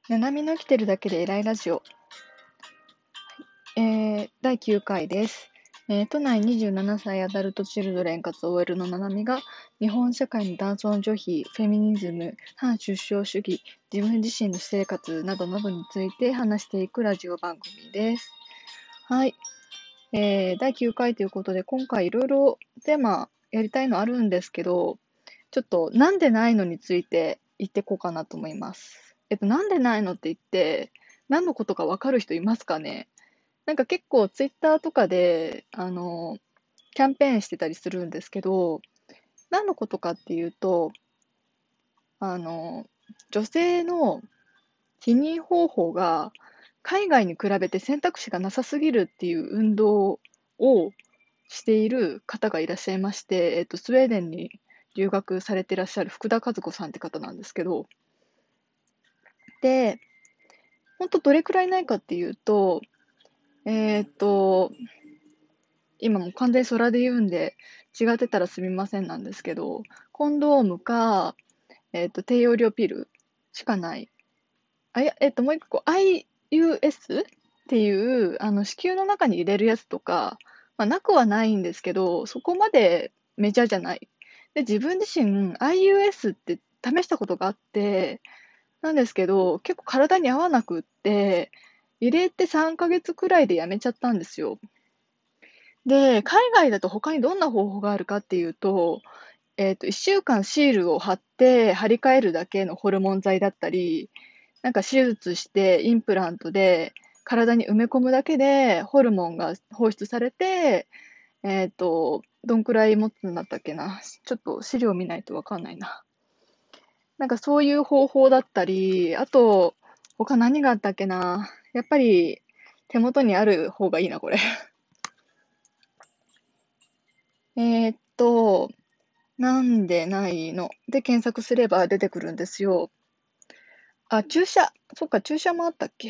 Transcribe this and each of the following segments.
ななみの生きてるだけで偉いラジオ、第9回です。都内27歳アダルトチルドレン活 OL のななみが日本社会の男尊女卑、フェミニズム、反出生主義、自分自身の私生活などなどについて話していくラジオ番組です。はい、第9回ということで今回いろいろテーマやりたいのあるんですけど、ちょっとなんでないのについて言っていこうかなと思います。なんでないのって言って何のことかわかる人いますかね？なんか結構ツイッターとかで、キャンペーンしてたりするんですけど、何のことかっていうと、あの、女性の避妊方法が海外に比べて選択肢がなさすぎるっていう運動をしている方がいらっしゃいまして、スウェーデンに留学されていらっしゃる福田和子さんって方なんですけど、で、本当どれくらいないかっていうと、えっと、今もう完全に空で言うんで、違ってたらすみませんなんですけど、コンドームか、低用量ピルしかない。もう一個、IUS っていう、子宮の中に入れるやつとか、まあ、なくはないんですけど、そこまでメジャーじゃない。で、自分自身、IUS って試したことがあって、なんですけど、結構体に合わなくって、入れて3ヶ月くらいでやめちゃったんですよ。で、海外だと他にどんな方法があるかっていうと、1週間シールを貼って貼り替えるだけのホルモン剤だったり、なんか手術してインプラントで体に埋め込むだけでホルモンが放出されて、どんくらい持つんだったっけな。ちょっと資料見ないとわかんないな。なんかそういう方法だったり、あと、他何があったっけな。やっぱり手元にある方がいいな、これ。えーっと、なんでないので検索すれば出てくるんですよ。あ、注射。そっか、注射もあったっけ？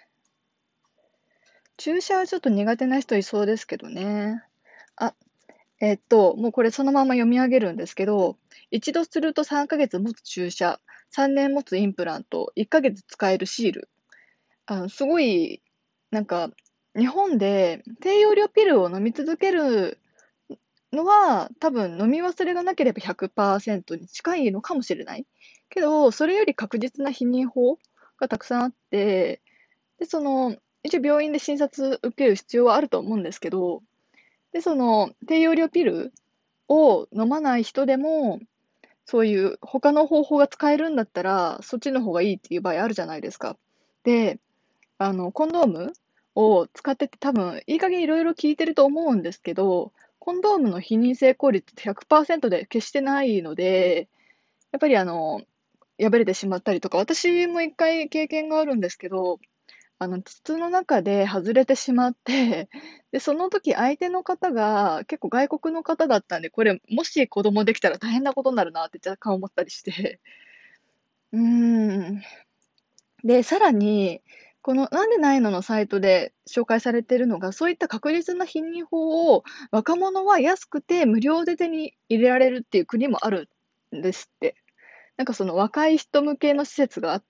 注射はちょっと苦手な人いそうですけどね。あ、もうこれそのまま読み上げるんですけど、一度すると3ヶ月持つ注射、3年持つインプラント、1ヶ月使えるシール。すごい、なんか、日本で低用量ピルを飲み続けるのは、多分飲み忘れがなければ100%に近いのかもしれない。けど、それより確実な避妊法がたくさんあって、で、一応病院で診察受ける必要はあると思うんですけど、で、低用量ピルを飲まない人でも、そういう他の方法が使えるんだったら、そっちの方がいいっていう場合あるじゃないですか。で、コンドームを使ってて多分、いい加減いろいろ聞いてると思うんですけど、コンドームの避妊成功率って100%で決してないので、やっぱり破れてしまったりとか、私も一回経験があるんですけど、筒の中で外れてしまって、で、その時相手の方が結構外国の方だったんで、これもし子供できたら大変なことになるなって若干思ったりして、うーん。で、さらに、このなんでないののサイトで紹介されているのが、そういった確実な避妊法を若者は安くて無料で手に入れられるっていう国もあるんですって。なんかその若い人向けの施設があって、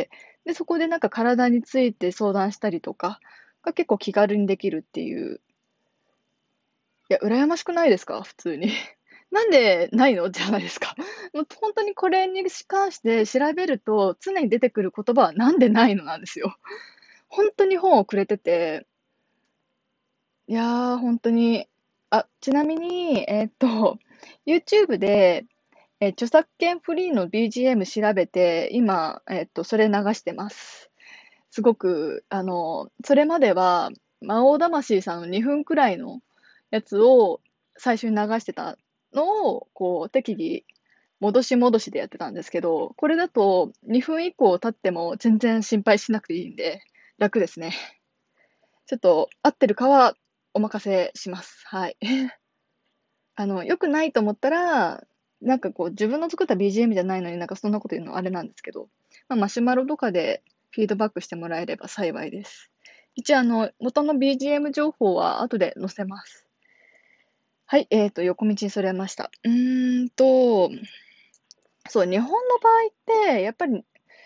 で、そこでなんか体について相談したりとかが結構気軽にできるっていう。いや、羨ましくないですか普通に。なんでないのじゃないですか。もう本当にこれに関して調べると常に出てくる言葉はなんでないのなんですよ。本当に本をくれてて、いやー、本当に。ちなみに、YouTube で、著作権フリーの BGM 調べて、今、それ流してます。すごく、それまでは、魔王魂さんの2分くらいのやつを最初に流してたのを、こう、適宜、戻し戻しでやってたんですけど、これだと2分以降経っても全然心配しなくていいんで、楽ですね。ちょっと合ってるかはお任せします。はい。良くないと思ったら、なんかこう自分の作った BGM じゃないのになんかそんなこと言うのはあれなんですけど、まあ、マシュマロとかでフィードバックしてもらえれば幸いです。一応元の BGM 情報は後で載せます。はい、横道にそれました。そう、日本の場合って、やっぱり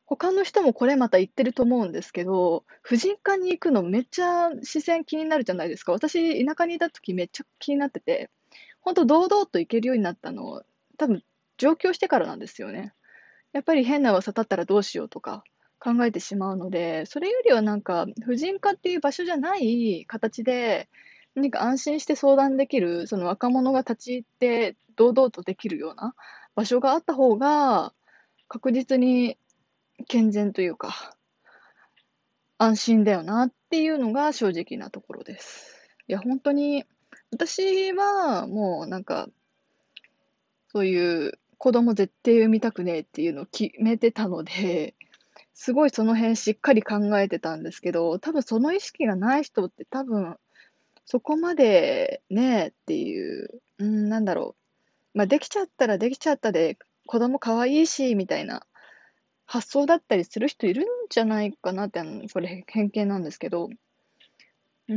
他の人もこれまた言ってると思うんですけど、婦人科に行くのめっちゃ視線気になるじゃないですか。私、田舎にいた時めっちゃ気になってて、本当堂々と行けるようになったの、多分上京してからなんですよね。やっぱり変な噂立ったらどうしようとか考えてしまうので、それよりはなんか、婦人科っていう場所じゃない形で、何か安心して相談できる、その若者が立ち入って堂々とできるような場所があった方が、確実に健全というか、安心だよなっていうのが正直なところです。いや、本当に、私はもうなんか、そういう子供絶対産みたくねえっていうのを決めてたので、すごいその辺しっかり考えてたんですけど、多分その意識がない人って多分そこまでねっていう、なんだろう。まあ、できちゃったらできちゃったで子供可愛いし、みたいな発想だったりする人いるんじゃないかなって、これ偏見なんですけど、うん。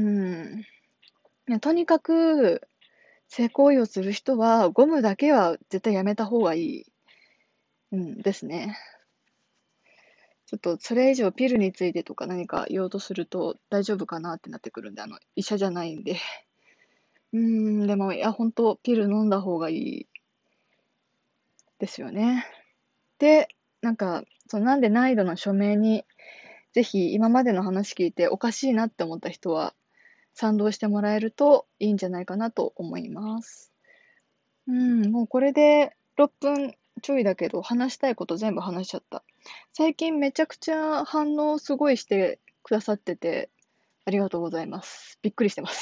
いやとにかく性行為をする人はゴムだけは絶対やめた方がいい、ですね。ちょっとそれ以上ピルについてとか何か言おうとすると大丈夫かなってなってくるんで、医者じゃないんで。でも、いや、本当ピル飲んだ方がいいですよね。で、なんか、なんで難易度の署名に、ぜひ今までの話聞いておかしいなって思った人は賛同してもらえるといいんじゃないかなと思います。もうこれで6分ちょいだけど、話したいこと全部話しちゃった。最近めちゃくちゃ反応すごいしてくださってて、ありがとうございます。びっくりしてます。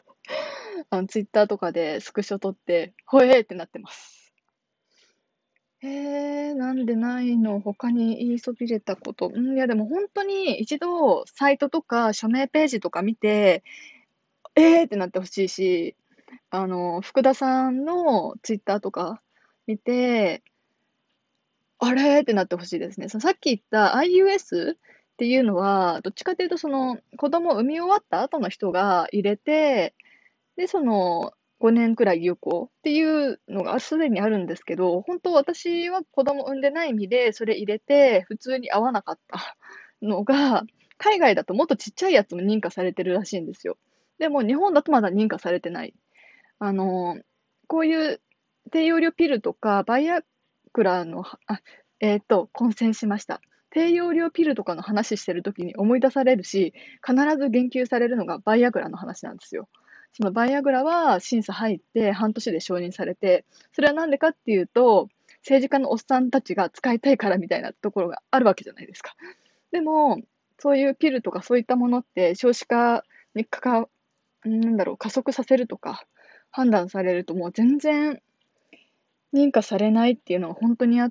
ツイッターとかでスクショ撮って、ほえーってなってます。なんでないの他に言いそびれたこと。いやでも本当に一度サイトとか署名ページとか見て、ってなってほしいし、福田さんのツイッターとか見て、あれってなってほしいですね。さっき言った IUS っていうのは、どっちかというと、子供を産み終わった後の人が入れて、で、5年くらい有効っていうのがすでにあるんですけど、本当私は子供産んでない意味でそれ入れて普通に合わなかったのが、海外だともっとちっちゃいやつも認可されてるらしいんですよ。でも日本だとまだ認可されてない。あの、こういう低用量ピルとか、バイアグラの、混戦しました。低用量ピルとかの話してるときに思い出されるし、必ず言及されるのがバイアグラの話なんですよ。そのバイアグラは審査入って半年で承認されて、それはなんでかっていうと、政治家のおっさんたちが使いたいからみたいなところがあるわけじゃないですか。でも、そういうピルとかそういったものって少子化に加速させるとか判断されるともう全然認可されないっていうのが本当にあって、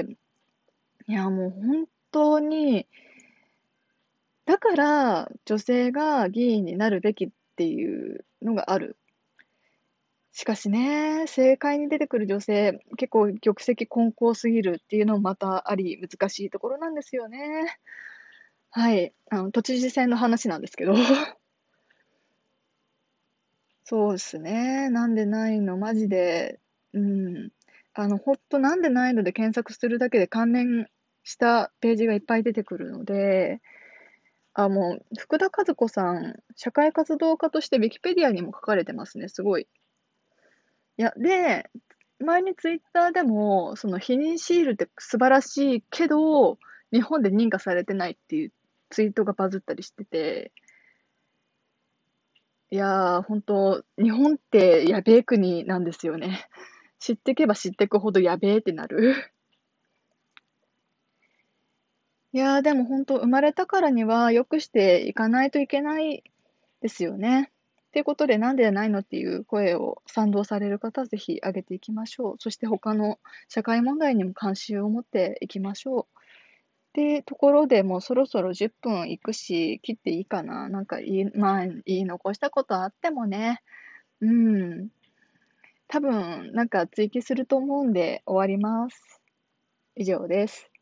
いやもう本当に、だから女性が議員になるべきっていうのがある。しかしね、政界に出てくる女性、結構玉石混交すぎるっていうのもまたあり、難しいところなんですよね。はい。都知事選の話なんですけど。そうですね。なんでないのマジで、うん。ほんとなんでないので検索するだけで関連したページがいっぱい出てくるので、もう、福田和子さん、社会活動家としてウィキペディアにも書かれてますね、すごい。いや、で、前にツイッターでも、その避妊シールって素晴らしいけど、日本で認可されてないっていうツイートがバズったりしてて、いやー、本当日本ってやべえ国なんですよね。知ってけば知ってくほどやべえってなる。いやー、でも本当生まれたからには良くしていかないといけないですよね。っていうことで、なんでないのっていう声を賛同される方、ぜひ上げていきましょう。そして他の社会問題にも関心を持っていきましょう。で、ところでもうそろそろ10分いくし、切っていいかな。なんかまあ、言い残したことあってもね。うん。多分、なんか追記すると思うんで終わります。以上です。